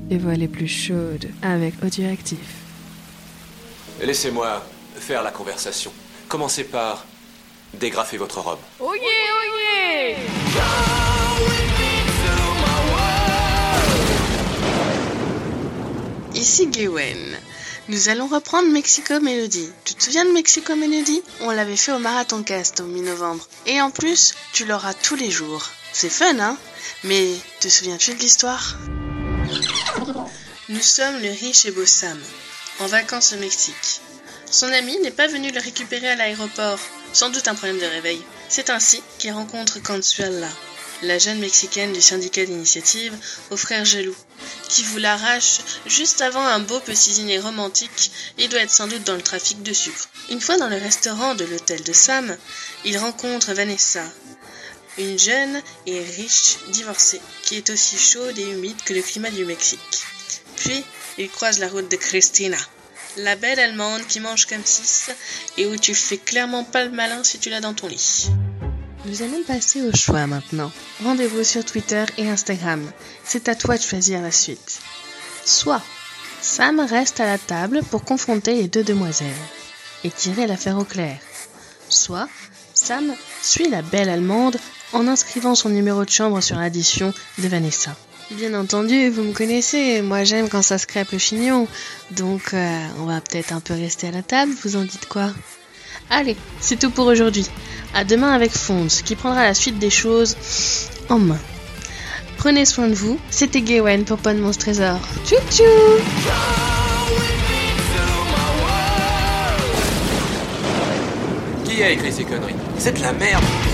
les voix les plus chaudes avec Audioactif. Laissez-moi faire la conversation. Commencez par dégrafer votre robe. Oh yeah, oh yeah! Ici Gwen. Nous allons reprendre Mexico Melody. Tu te souviens de Mexico Melody? On l'avait fait au Marathon Cast au mi-novembre. Et en plus, tu l'auras tous les jours. C'est fun, hein? Mais te souviens-tu de l'histoire? Nous sommes le riche et beau Sam, en vacances au Mexique. Son ami n'est pas venu le récupérer à l'aéroport, sans doute un problème de réveil. C'est ainsi qu'il rencontre Consuela, la jeune Mexicaine du syndicat d'initiative aux frères jaloux, qui vous l'arrache juste avant un beau petit dîner romantique. Il doit être sans doute dans le trafic de sucre. Une fois dans le restaurant de l'hôtel de Sam, il rencontre Vanessa, une jeune et riche divorcée, qui est aussi chaude et humide que le climat du Mexique. Puis, il croise la route de Christina, la belle allemande qui mange comme six et où tu fais clairement pas le malin si tu l'as dans ton lit. Nous allons passer au choix maintenant. Rendez-vous sur Twitter et Instagram. C'est à toi de choisir la suite. Soit Sam reste à la table pour confronter les deux demoiselles et tirer l'affaire au clair. Soit Sam suit la belle allemande en inscrivant son numéro de chambre sur l'addition de Vanessa. Bien entendu, vous me connaissez, moi j'aime quand ça se crêpe le chignon, donc on va peut-être un peu rester à la table, vous en dites quoi? Allez, c'est tout pour aujourd'hui. À demain avec Fonds, qui prendra la suite des choses en main. Prenez soin de vous, c'était Gwen pour Pas de Monstre Trésor. Tchou tchou! Qui a écrit ces conneries? C'est de la merde!